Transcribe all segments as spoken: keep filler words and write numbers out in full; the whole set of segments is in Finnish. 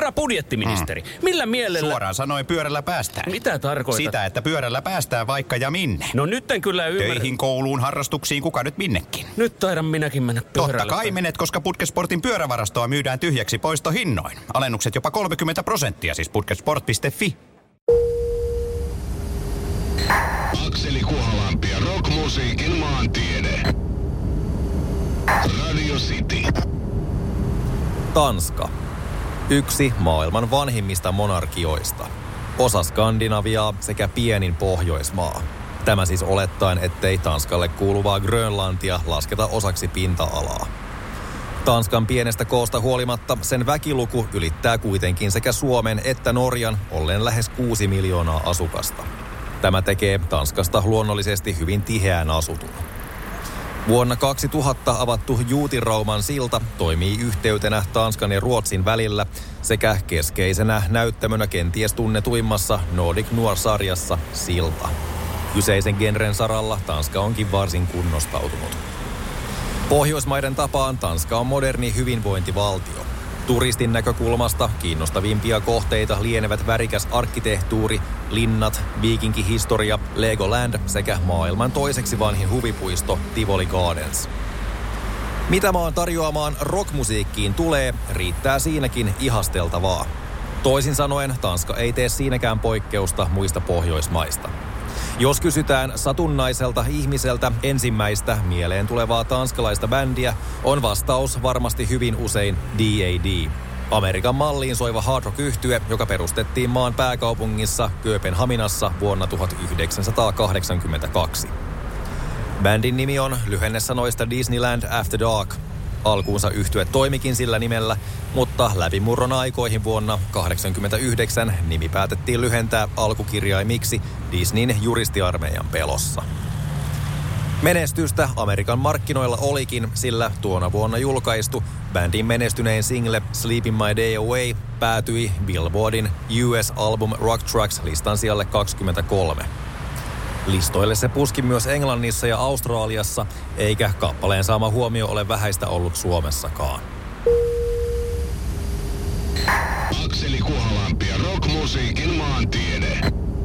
Herra budjettiministeri, mm. millä mielellä... Suoraan sanoen pyörällä päästään. Mitä tarkoitat? Sitä, että pyörällä päästään vaikka ja minne. No nyt en kyllä ymmärrä. Töihin, kouluun, harrastuksiin, kuka nyt minnekin. Nyt taidan minäkin mennä pyörällä. Totta kai menet, koska Putkesportin pyörävarastoa myydään tyhjäksi poistohinnoin. Alennukset jopa kolmekymmentä prosenttia, siis putkesport piste fi. Akseli Kuhalampi ja rockmusiikin maantiede. Radio City. Tanska. Yksi maailman vanhimmista monarkioista. Osa Skandinaviaa sekä pienin Pohjoismaa. Tämä siis olettaen, ettei Tanskalle kuuluvaa Grönlantia lasketa osaksi pinta-alaa. Tanskan pienestä koosta huolimatta sen väkiluku ylittää kuitenkin sekä Suomen että Norjan ollen lähes kuusi miljoonaa asukasta. Tämä tekee Tanskasta luonnollisesti hyvin tiheään asutun. Vuonna kaksituhatta avattu Juutirauman silta toimii yhteytenä Tanskan ja Ruotsin välillä sekä keskeisenä näyttämönä kenties tunnetuimmassa Nordic Noir-sarjassa Silta. Kyseisen genren saralla Tanska onkin varsin kunnostautunut. Pohjoismaiden tapaan Tanska on moderni hyvinvointivaltio. Turistin näkökulmasta kiinnostavimpia kohteita lienevät värikäs arkkitehtuuri, linnat, viikinkihistoria, Legoland sekä maailman toiseksi vanhin huvipuisto Tivoli Gardens. Mitä maan tarjoamaan rockmusiikkiin tulee, riittää siinäkin ihasteltavaa. Toisin sanoen Tanska ei tee siinäkään poikkeusta muista Pohjoismaista. Jos kysytään satunnaiselta ihmiseltä ensimmäistä mieleen tulevaa tanskalaista bändiä, on vastaus varmasti hyvin usein D A D. Amerikan malliin soiva hard rock-yhtye, joka perustettiin maan pääkaupungissa Kööpenhaminassa vuonna tuhatyhdeksänsataakahdeksankymmentäkaksi. Bändin nimi on lyhennesanoista Disneyland After Dark. Alkuunsa yhtye toimikin sillä nimellä, mutta läpimurron aikoihin vuonna tuhatyhdeksänsataakahdeksankymmentäyhdeksän nimi päätettiin lyhentää alkukirjaimiksi Disneyn juristiarmeijan pelossa. Menestystä Amerikan markkinoilla olikin, sillä tuona vuonna julkaistu bändin menestynein single Sleeping My Day Away päätyi Billboardin U S Album Rock Tracks-listan sijalle kaksikymmentäkolme. Listoille se puski myös Englannissa ja Australiassa, eikä kappaleen saama huomio ole vähäistä ollut Suomessakaan. Akseli Kuhalampi ja rockmusiikin maantiede.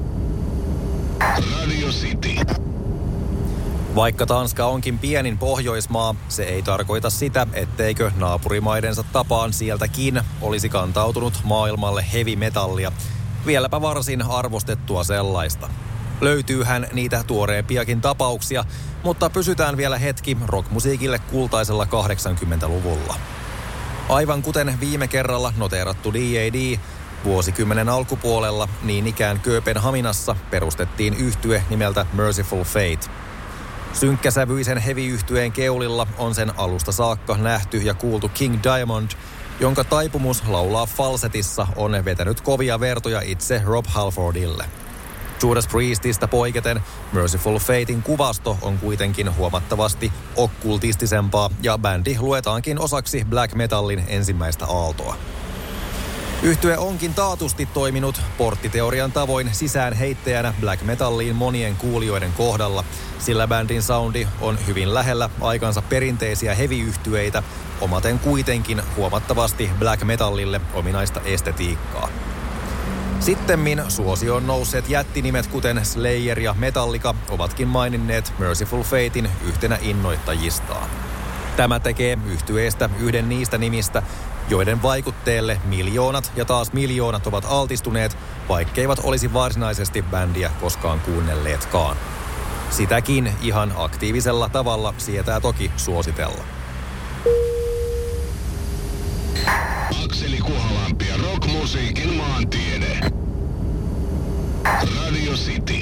Radio City. Vaikka Tanska onkin pienin Pohjoismaa, se ei tarkoita sitä, etteikö naapurimaidensa tapaan sieltäkin olisi kantautunut maailmalle heavy metallia, vieläpä varsin arvostettua sellaista. Löytyyhän niitä tuoreempiakin tapauksia, mutta pysytään vielä hetki rockmusiikille kultaisella kahdeksankymmentäluvulla. Aivan kuten viime kerralla noteerattu D A D, vuosikymmenen alkupuolella niin ikään Kööpenhaminassa perustettiin yhtye nimeltä Merciful Fate. Synkkäsävyisen heavy-yhtyeen keulilla on sen alusta saakka nähty ja kuultu King Diamond, jonka taipumus laulaa falsetissa on vetänyt kovia vertoja itse Rob Halfordille. Judas Priestistä poiketen Merciful Fatein kuvasto on kuitenkin huomattavasti okkultistisempaa ja bändi luetaankin osaksi black metallin ensimmäistä aaltoa. Yhtye onkin taatusti toiminut porttiteorian tavoin sisään heittäjänä black metalliin monien kuulijoiden kohdalla, sillä bändin soundi on hyvin lähellä aikansa perinteisiä heavy-yhtyeitä, omaten kuitenkin huomattavasti black metallille ominaista estetiikkaa. Sittemmin suosioon nousseet jättinimet kuten Slayer ja Metallica ovatkin maininneet Merciful Fatein yhtenä innoittajistaan. Tämä tekee yhtyeestä yhden niistä nimistä, joiden vaikutteelle miljoonat ja taas miljoonat ovat altistuneet, vaikkeivat olisi varsinaisesti bändiä koskaan kuunnelleetkaan. Sitäkin ihan aktiivisella tavalla sietää toki suositella. Akseli Kuhalampi ja rockmusiikin maantiede. Radio City.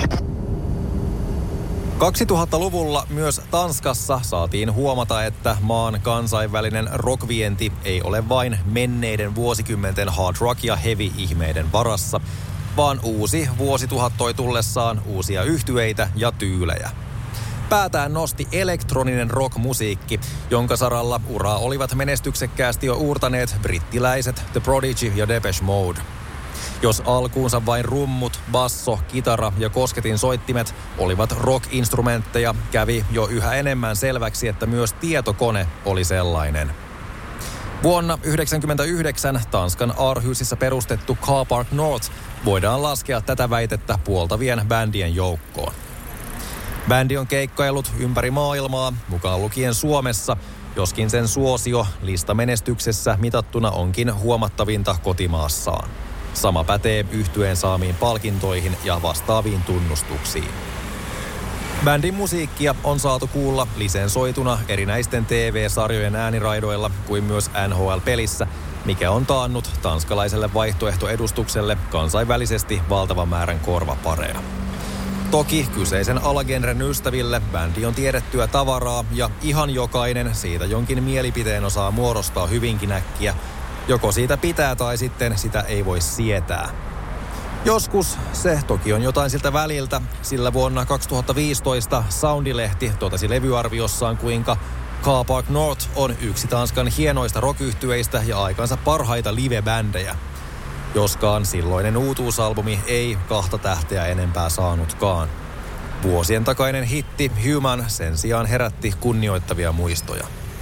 kaksituhattaluvulla myös Tanskassa saatiin huomata, että maan kansainvälinen rockvienti ei ole vain menneiden vuosikymmenten hard rock ja heavy-ihmeiden varassa, vaan uusi vuosituhat toi tullessaan uusia yhtyeitä ja tyylejä. Päätään nosti elektroninen rockmusiikki, jonka saralla uraa olivat menestyksekkäästi jo uurtaneet brittiläiset The Prodigy ja Depeche Mode. Jos alkuunsa vain rummut, basso, kitara ja kosketin soittimet olivat rock-instrumentteja, kävi jo yhä enemmän selväksi, että myös tietokone oli sellainen. Vuonna yhdeksänkymmentäyhdeksän Tanskan Aarhusissä perustettu Car Park North voidaan laskea tätä väitettä puoltavien bändien joukkoon. Bändi on keikkaillut ympäri maailmaa, mukaan lukien Suomessa, joskin sen suosio listamenestyksessä mitattuna onkin huomattavinta kotimaassaan. Sama pätee yhtyeen saamiin palkintoihin ja vastaaviin tunnustuksiin. Bändin musiikkia on saatu kuulla lisensoituna erinäisten T V-sarjojen ääniraidoilla kuin myös N H L-pelissä, mikä on taannut tanskalaiselle vaihtoehtoedustukselle kansainvälisesti valtavan määrän korvapareja. Toki kyseisen alagenren ystäville bändi on tiedettyä tavaraa ja ihan jokainen siitä jonkin mielipiteen osaa muodostaa hyvinkin äkkiä. Joko siitä pitää tai sitten sitä ei voi sietää. Joskus se toki on jotain siltä väliltä, sillä vuonna kaksituhattaviisitoista Soundilehti totesi levyarviossaan, kuinka Car Park North on yksi Tanskan hienoista rock-yhtyeistä ja aikansa parhaita live-bändejä. Joskaan silloinen uutuusalbumi ei kahta tähteä enempää saanutkaan. Vuosien takainen hitti Human sen sijaan herätti kunnioittavia muistoja.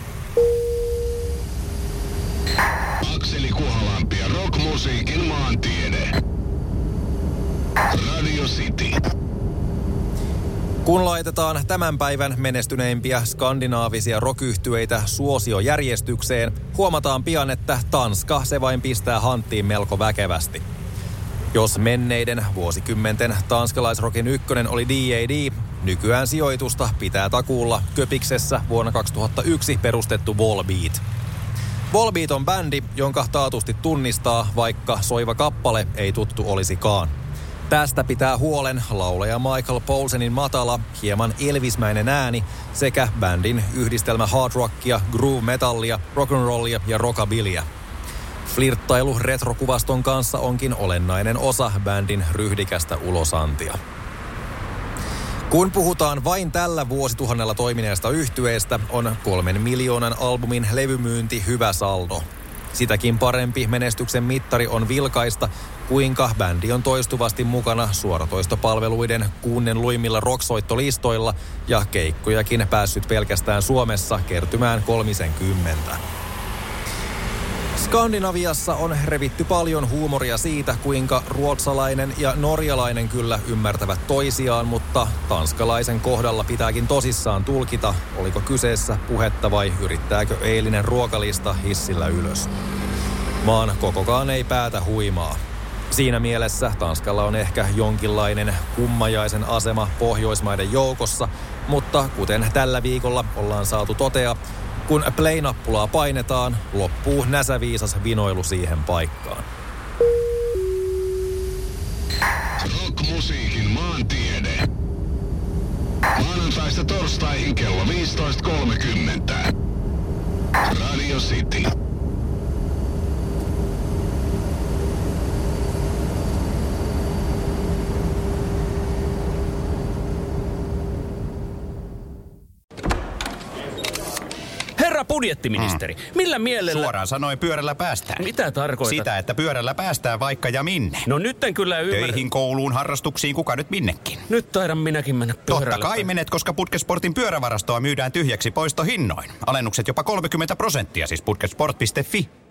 Akseli Kuhalampi ja rockmusiikin maantiede. Radio City. Kun laitetaan tämän päivän menestyneimpiä skandinaavisia rock-yhtyeitä suosiojärjestykseen, huomataan pian, että Tanska se vain pistää hanttiin melko väkevästi. Jos menneiden vuosikymmenten tanskalaisrokin ykkönen oli D A D, nykyään sijoitusta pitää takuulla Köpiksessä vuonna kaksituhattayksi perustettu Volbeat. Volbeat on bändi, jonka taatusti tunnistaa, vaikka soiva kappale ei tuttu olisikaan. Tästä pitää huolen laulaja Michael Poulsenin matala, hieman elvismäinen ääni sekä bändin yhdistelmä hard rockia, groove metallia, rock'n'rollia ja rockabillyä. Flirttailu retrokuvaston kanssa onkin olennainen osa bändin ryhdikästä ulosantia. Kun puhutaan vain tällä vuosituhannella toimineesta yhtyeestä, on kolmen miljoonan albumin levymyynti hyvä saldo. Sitäkin parempi menestyksen mittari on vilkaista, kuinka bändi on toistuvasti mukana suoratoistopalveluiden kuunnelluimmilla rocksoittolistoilla ja keikkojakin päässyt pelkästään Suomessa kertymään kolmisen kymmentä. Skandinaviassa on revitty paljon huumoria siitä, kuinka ruotsalainen ja norjalainen kyllä ymmärtävät toisiaan, mutta tanskalaisen kohdalla pitääkin tosissaan tulkita, oliko kyseessä puhetta vai yrittääkö eilinen ruokalista hissillä ylös. Maan kokokaan ei päätä huimaa. Siinä mielessä Tanskalla on ehkä jonkinlainen kummajaisen asema Pohjoismaiden joukossa, mutta kuten tällä viikolla ollaan saatu totea, kun play-nappulaa painetaan, loppuu näsäviisas vinoilu siihen paikkaan. Rockmusiikin maantiede. Maanantaista torstaihin kello viisitoista kolmekymmentä. Radio City. Herra budjettiministeri, mm. millä mielellä... Suoraan sanoen pyörällä päästään. Mitä tarkoitat? Sitä, että pyörällä päästään vaikka ja minne. No nyt en kyllä ymmärrä. Töihin, kouluun, harrastuksiin, kuka nyt minnekin. Nyt taidan minäkin mennä pyörällä. Totta kai menet, koska Putkesportin pyörävarastoa myydään tyhjäksi poistohinnoin. Alennukset jopa kolmekymmentä prosenttia, siis putkesport piste fi.